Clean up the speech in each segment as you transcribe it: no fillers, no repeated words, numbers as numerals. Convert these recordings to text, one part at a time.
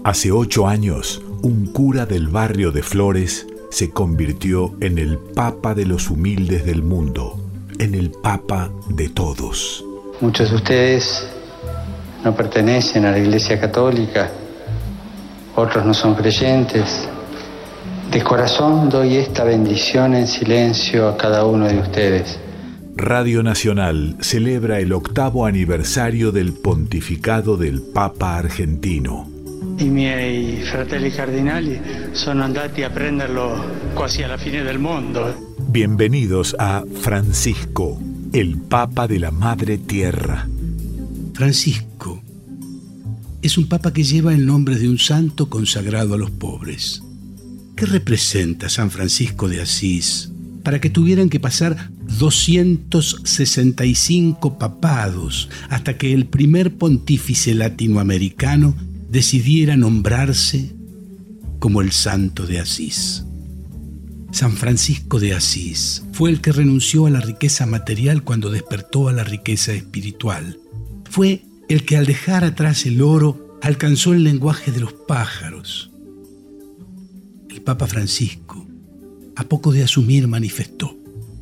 Hace 8 años, un cura del barrio de Flores se convirtió en el Papa de los humildes del mundo, en el Papa de todos. Muchos de ustedes no pertenecen a la Iglesia Católica, otros no son creyentes. De corazón doy esta bendición en silencio a cada uno de ustedes. Radio Nacional celebra el 8º aniversario del pontificado del Papa argentino. I miei fratelli cardinali sono andati a prenderlo quasi alla fine del mondo. Bienvenidos a Francisco, el Papa de la Madre Tierra. Francisco es un papa que lleva el nombre de un santo consagrado a los pobres. ¿Qué representa San Francisco de Asís para que tuvieran que pasar 265 papados hasta que el primer pontífice latinoamericano decidiera nombrarse como el Santo de Asís? San Francisco de Asís fue el que renunció a la riqueza material cuando despertó a la riqueza espiritual. Fue el que al dejar atrás el oro alcanzó el lenguaje de los pájaros. El Papa Francisco, a poco de asumir, manifestó: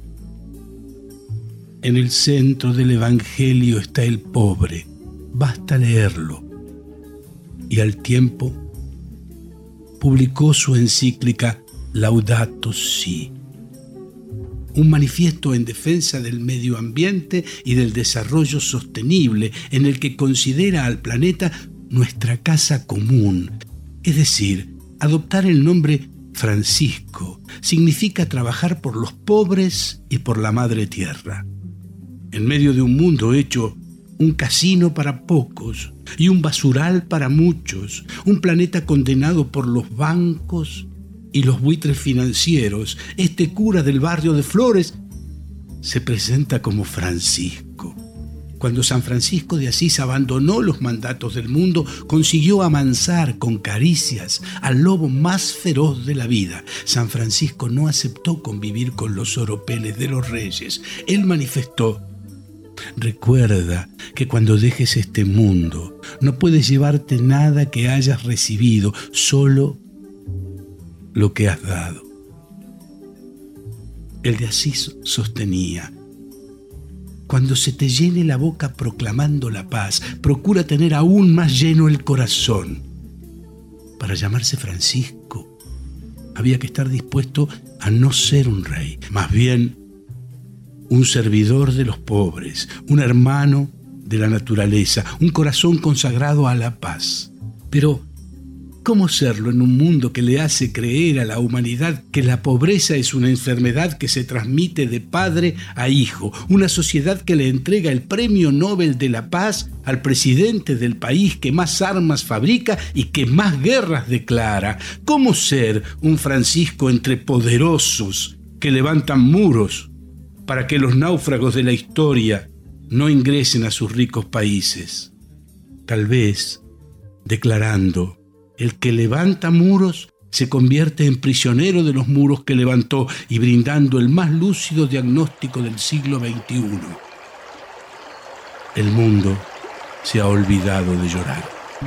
en el centro del Evangelio está el pobre, basta leerlo. Y al tiempo publicó su encíclica Laudato Si, un manifiesto en defensa del medio ambiente y del desarrollo sostenible, en el que considera al planeta nuestra casa común. Es decir, adoptar el nombre Francisco significa trabajar por los pobres y por la madre tierra. En medio de un mundo hecho un casino para pocos y un basural para muchos, un planeta condenado por los bancos y los buitres financieros, este cura del barrio de Flores se presenta como Francisco. Cuando San Francisco de Asís abandonó los mandatos del mundo, consiguió amansar con caricias al lobo más feroz de la vida. San Francisco no aceptó convivir con los oropeles de los reyes. Él manifestó: recuerda que cuando dejes este mundo no puedes llevarte nada que hayas recibido, solo lo que has dado. El de Asís sostenía: cuando se te llene la boca proclamando la paz, procura tener aún más lleno el corazón. Para llamarse Francisco, había que estar dispuesto a no ser un rey, más bien un servidor de los pobres, un hermano de la naturaleza, un corazón consagrado a la paz. Pero, ¿cómo serlo en un mundo que le hace creer a la humanidad que la pobreza es una enfermedad que se transmite de padre a hijo? Una sociedad que le entrega el Premio Nobel de la Paz al presidente del país que más armas fabrica y que más guerras declara. ¿Cómo ser un Francisco entre poderosos que levantan muros para que los náufragos de la historia no ingresen a sus ricos países? Tal vez declarando: el que levanta muros se convierte en prisionero de los muros que levantó, y brindando el más lúcido diagnóstico del siglo XXI. El mundo se ha olvidado de llorar.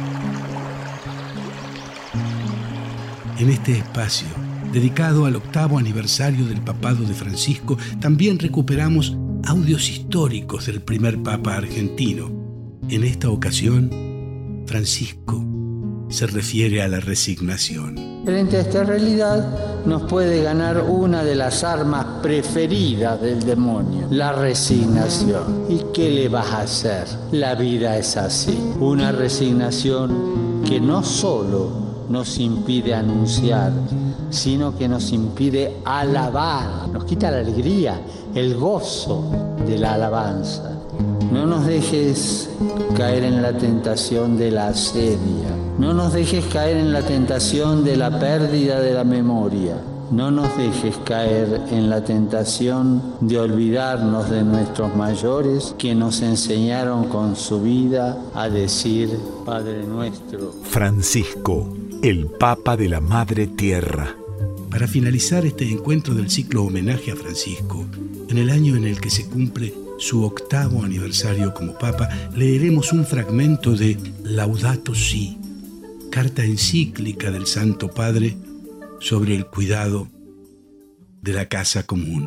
En este espacio, dedicado al 8º aniversario del papado de Francisco, también recuperamos audios históricos del primer papa argentino. En esta ocasión, Francisco se refiere a la resignación. Frente a esta realidad nos puede ganar una de las armas preferidas del demonio: la resignación. ¿Y qué le vas a hacer? La vida es así. Una resignación que no solo nos impide anunciar, sino que nos impide alabar. Nos quita la alegría, el gozo de la alabanza. No nos dejes caer en la tentación de la asedia. No nos dejes caer en la tentación de la pérdida de la memoria. No nos dejes caer en la tentación de olvidarnos de nuestros mayores que nos enseñaron con su vida a decir: Padre nuestro. Francisco, el Papa de la Madre Tierra. Para finalizar este encuentro del ciclo homenaje a Francisco, en el año en el que se cumple su 8º aniversario como Papa, leeremos un fragmento de Laudato Si, carta encíclica del Santo Padre sobre el cuidado de la casa común.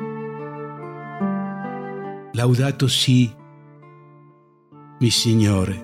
Laudato si, mi Signore.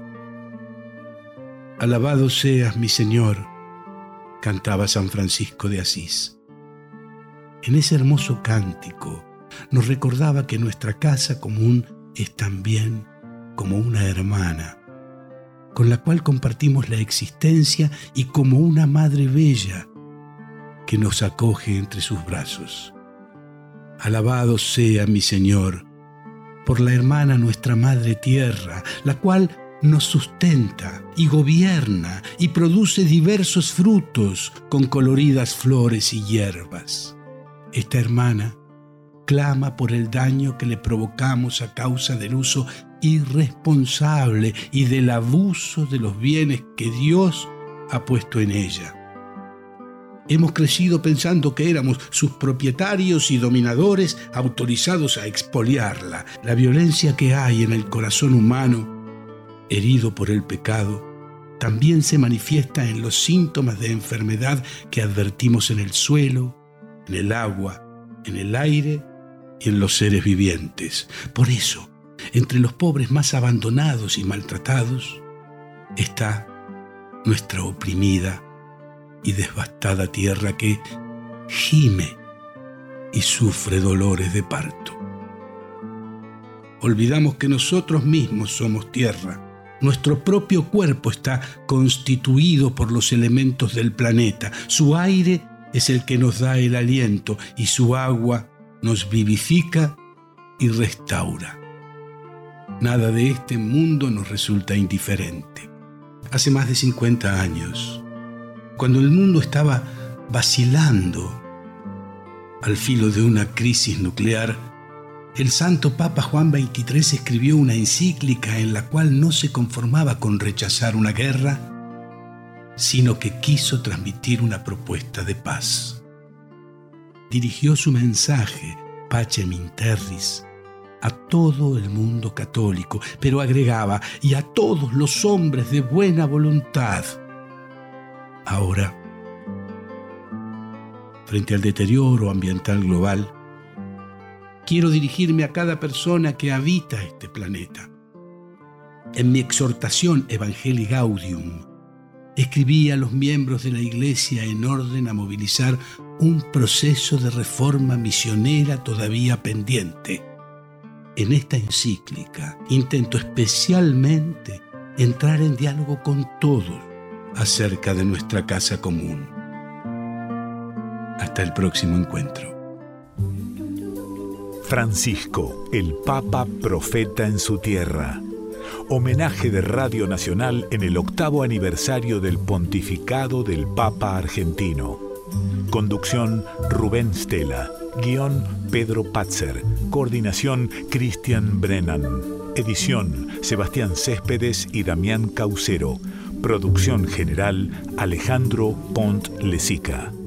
Alabado seas, mi Señor, cantaba San Francisco de Asís. En ese hermoso cántico nos recordaba que nuestra casa común es también como una hermana, con la cual compartimos la existencia, y como una madre bella que nos acoge entre sus brazos. Alabado sea, mi Señor, por la hermana nuestra Madre Tierra, la cual nos sustenta y gobierna y produce diversos frutos con coloridas flores y hierbas. Esta hermana clama por el daño que le provocamos a causa del uso irresponsable y del abuso de los bienes que Dios ha puesto en ella. Hemos crecido pensando que éramos sus propietarios y dominadores autorizados a expoliarla. La violencia que hay en el corazón humano, herido por el pecado, también se manifiesta en los síntomas de enfermedad que advertimos en el suelo, en el agua, en el aire y en los seres vivientes. Por eso, entre los pobres más abandonados y maltratados, está nuestra oprimida y devastada tierra que gime y sufre dolores de parto. Olvidamos que nosotros mismos somos tierra. Nuestro propio cuerpo está constituido por los elementos del planeta. Su aire es el que nos da el aliento y su agua nos vivifica y restaura. Nada de este mundo nos resulta indiferente. Hace más de 50 años, cuando el mundo estaba vacilando al filo de una crisis nuclear, el Santo Papa Juan XXIII escribió una encíclica en la cual no se conformaba con rechazar una guerra, sino que quiso transmitir una propuesta de paz. Dirigió su mensaje, Pacem in Terris, a todo el mundo católico, pero agregaba, y a todos los hombres de buena voluntad. Ahora, frente al deterioro ambiental global, quiero dirigirme a cada persona que habita este planeta. En mi exhortación Evangelii Gaudium, escribí a los miembros de la Iglesia en orden a movilizar un proceso de reforma misionera todavía pendiente. En esta encíclica intento especialmente entrar en diálogo con todos acerca de nuestra casa común. Hasta el próximo encuentro. Francisco, el Papa Profeta en su tierra. Homenaje de Radio Nacional en el 8º aniversario del pontificado del Papa argentino. Conducción Rubén Stella. Guión Pedro Patzer. Coordinación Cristian Brennan. Edición Sebastián Céspedes y Damián Caucero. Producción general Alejandro Pont Lesica.